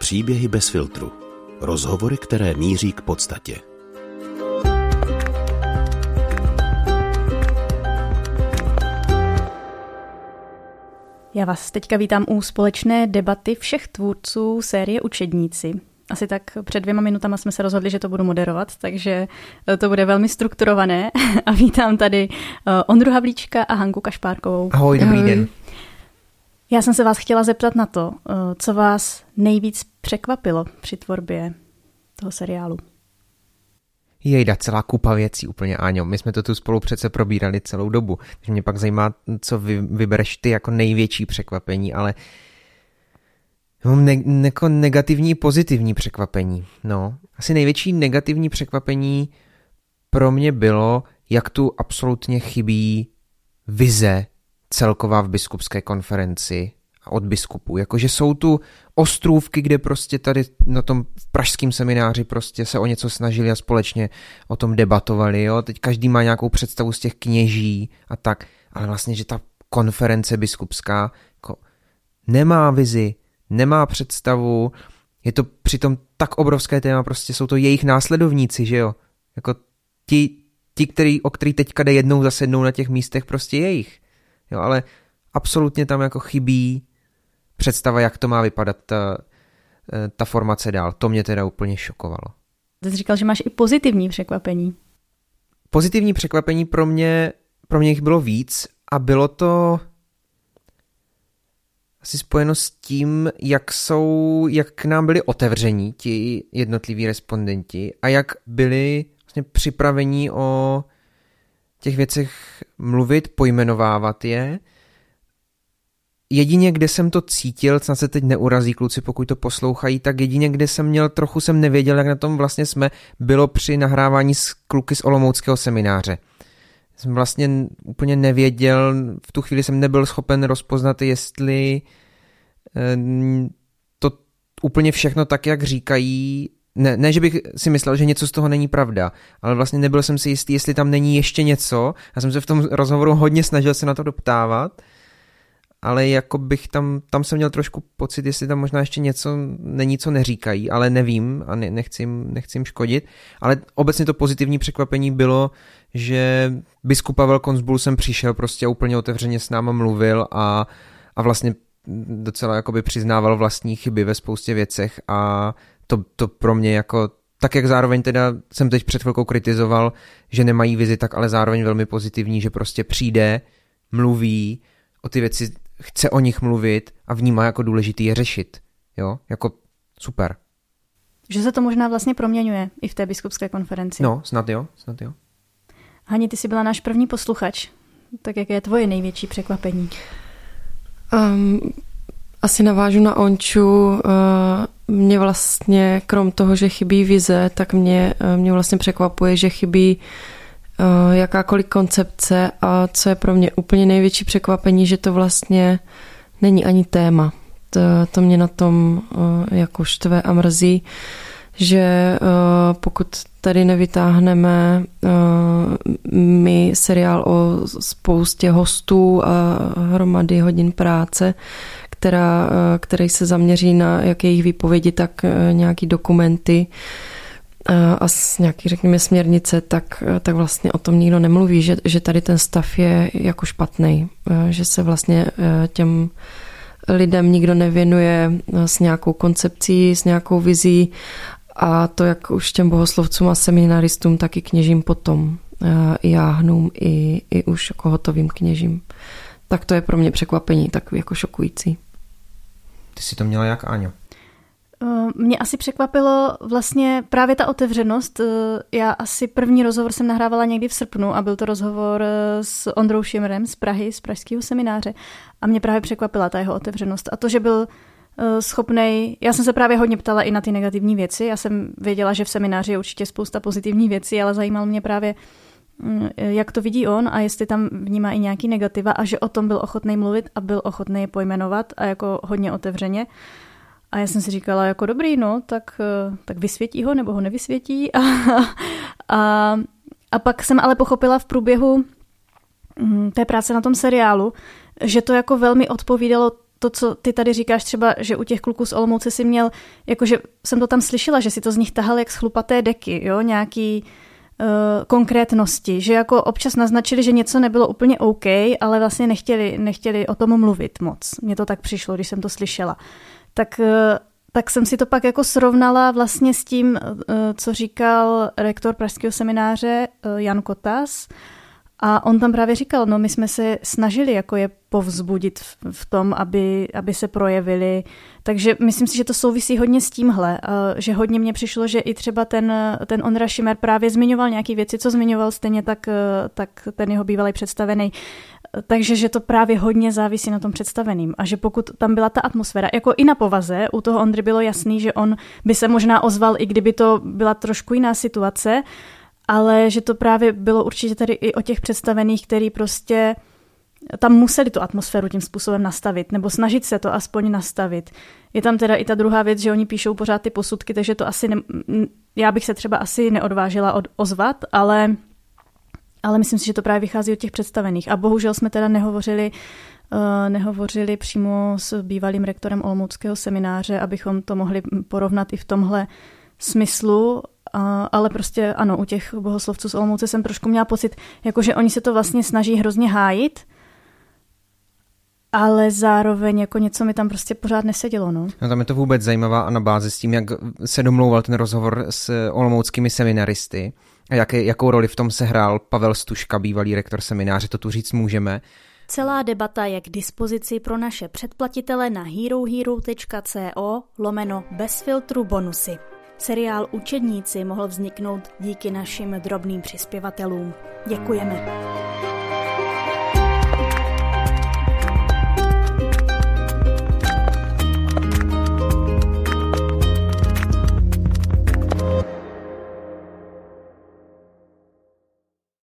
Příběhy bez filtru. Rozhovory, které míří k podstatě. Já vás teďka vítám u společné debaty všech tvůrců série Učedníci. Asi tak před 2 minutami jsme se rozhodli, že to budu moderovat, takže to bude velmi strukturované. A vítám tady Ondru Havlíčka a Hanku Kašpárkovou. Ahoj, dobrý den. Já jsem se vás chtěla zeptat na to, co vás nejvíc překvapilo při tvorbě toho seriálu. Jejda, celá kupa věcí úplně, Áňo. My jsme to tu spolu přece probírali celou dobu. Takže mě pak zajímá, co vybereš ty jako největší překvapení, ale jako negativní, pozitivní překvapení. No, asi největší negativní překvapení pro mě bylo, jak tu absolutně chybí vize celková v biskupské konferenci a od biskupů. Jakože jsou tu ostrůvky, kde prostě tady na tom pražském semináři prostě se o něco snažili a společně o tom debatovali. Jo? Teď každý má nějakou představu z těch kněží a tak, ale vlastně, že ta konference biskupská jako nemá vizi, nemá představu, je to přitom tak obrovské téma, prostě jsou to jejich následovníci, že jo? Jako ti o který teďka jde jednou zasednou na těch místech, prostě jejich. Jo, ale absolutně tam jako chybí představa, jak to má vypadat ta formace dál. To mě teda úplně šokovalo. Ty jsi říkal, že máš i pozitivní překvapení. Pozitivní překvapení pro mě jich bylo víc a bylo to asi spojeno s tím, jak k nám byli otevření ti jednotliví respondenti a jak byli vlastně připraveni o těch věcech mluvit, pojmenovávat je. Jedině, kde jsem to cítil, snad se teď neurazí kluci, pokud to poslouchají, tak jedině, kde jsem nevěděl, jak na tom vlastně jsme, bylo při nahrávání s kluky z olomouckého semináře. Jsem vlastně úplně nevěděl, v tu chvíli jsem nebyl schopen rozpoznat, jestli to úplně všechno tak, jak říkají. Ne, že bych si myslel, že něco z toho není pravda, ale vlastně nebyl jsem si jistý, jestli tam není ještě něco. Já jsem se v tom rozhovoru hodně snažil se na to doptávat, ale jako bych tam jsem měl trošku pocit, jestli tam možná ještě něco není, co neříkají, ale nevím a nechci jim škodit. Ale obecně to pozitivní překvapení bylo, že biskup Pavel Konzbul sem přišel prostě úplně otevřeně s náma mluvil a vlastně docela jakoby přiznával vlastní chyby ve spoustě věcech a to pro mě jako, tak jak zároveň teda jsem teď před chvilkou kritizoval, že nemají vizi, tak ale zároveň velmi pozitivní, že prostě přijde, mluví o ty věci, chce o nich mluvit a vnímá jako důležitý je řešit. Jo, jako super. Že se to možná vlastně proměňuje i v té biskupské konferenci. No, snad jo. Hani, ty jsi byla náš první posluchač, tak jaké je tvoje největší překvapení? Asi navážu na Onču. Mě vlastně, krom toho, že chybí vize, tak mě vlastně překvapuje, že chybí jakákoliv koncepce a co je pro mě úplně největší překvapení, že to vlastně není ani téma. To mě na tom jako štve a mrzí, že pokud tady nevytáhneme my seriál o spoustě hostů a hromady hodin práce, který se zaměří na jak jejich výpovědi, tak nějaký dokumenty a nějaký, řekněme, směrnice, tak vlastně o tom nikdo nemluví, že tady ten stav je jako špatný, že se vlastně těm lidem nikdo nevěnuje s nějakou koncepcí, s nějakou vizí a to jak už těm bohoslovcům a seminaristům, tak i kněžím potom, i jáhnům, i už jako hotovým kněžím. Tak to je pro mě překvapení, takový jako šokující. Ty jsi to měla jak, Áňo? Mě asi překvapilo vlastně právě ta otevřenost. Já asi první rozhovor jsem nahrávala někdy v srpnu a byl to rozhovor s Ondrou Šimrem z Prahy, z pražského semináře. A mě právě překvapila ta jeho otevřenost. A to, že byl schopnej, já jsem se právě hodně ptala i na ty negativní věci. Já jsem věděla, že v semináři je určitě spousta pozitivních věcí, ale zajímal mě právě, jak to vidí on a jestli tam vnímá i nějaký negativa a že o tom byl ochotný mluvit a byl ochotný je pojmenovat a jako hodně otevřeně. A já jsem si říkala, jako dobrý, no, tak vysvětí ho nebo ho nevysvětí. A pak jsem ale pochopila v průběhu té práce na tom seriálu, že to jako velmi odpovídalo to, co ty tady říkáš třeba, že u těch kluků z Olomouce si měl, jakože jsem to tam slyšela, že si to z nich tahal jak z chlupaté deky, jo, nějaký konkrétnosti, že jako občas naznačili, že něco nebylo úplně OK, ale vlastně nechtěli o tom mluvit moc. Mně to tak přišlo, když jsem to slyšela. Tak jsem si to pak jako srovnala vlastně s tím, co říkal rektor pražského semináře Jan Kotas. A on tam právě říkal, no my jsme se snažili jako je povzbudit v tom, aby se projevili. Takže myslím si, že to souvisí hodně s tímhle, že hodně mně přišlo, že i třeba ten Ondra Šimer právě zmiňoval nějaké věci, co zmiňoval stejně tak ten jeho bývalý představený. Takže že to právě hodně závisí na tom představeným. A že pokud tam byla ta atmosféra, jako i na povaze, u toho Ondry bylo jasný, že on by se možná ozval, i kdyby to byla trošku jiná situace, ale že to právě bylo určitě tady i o těch představených, který prostě tam museli tu atmosféru tím způsobem nastavit, nebo snažit se to aspoň nastavit. Je tam teda i ta druhá věc, že oni píšou pořád ty posudky, takže to asi já bych se třeba asi neodvážila ozvat, ale myslím si, že to právě vychází od těch představených. A bohužel jsme teda nehovořili přímo s bývalým rektorem Olomouckého semináře, abychom to mohli porovnat i v tomhle smyslu, ale prostě ano, u těch bohoslovců z Olomouce jsem trošku měla pocit, jakože oni se to vlastně snaží hrozně hájit, ale zároveň jako něco mi tam prostě pořád nesedělo. No tam je to vůbec zajímavá anabáze s tím, jak se domlouval ten rozhovor s olomouckými seminaristy a jakou roli v tom sehrál Pavel Stužka, bývalý rektor semináře, to tu říct můžeme. Celá debata je k dispozici pro naše předplatitele na herohero.co/bezfiltrubonusy. Seriál Učedníci mohl vzniknout díky našim drobným přispěvatelům. Děkujeme.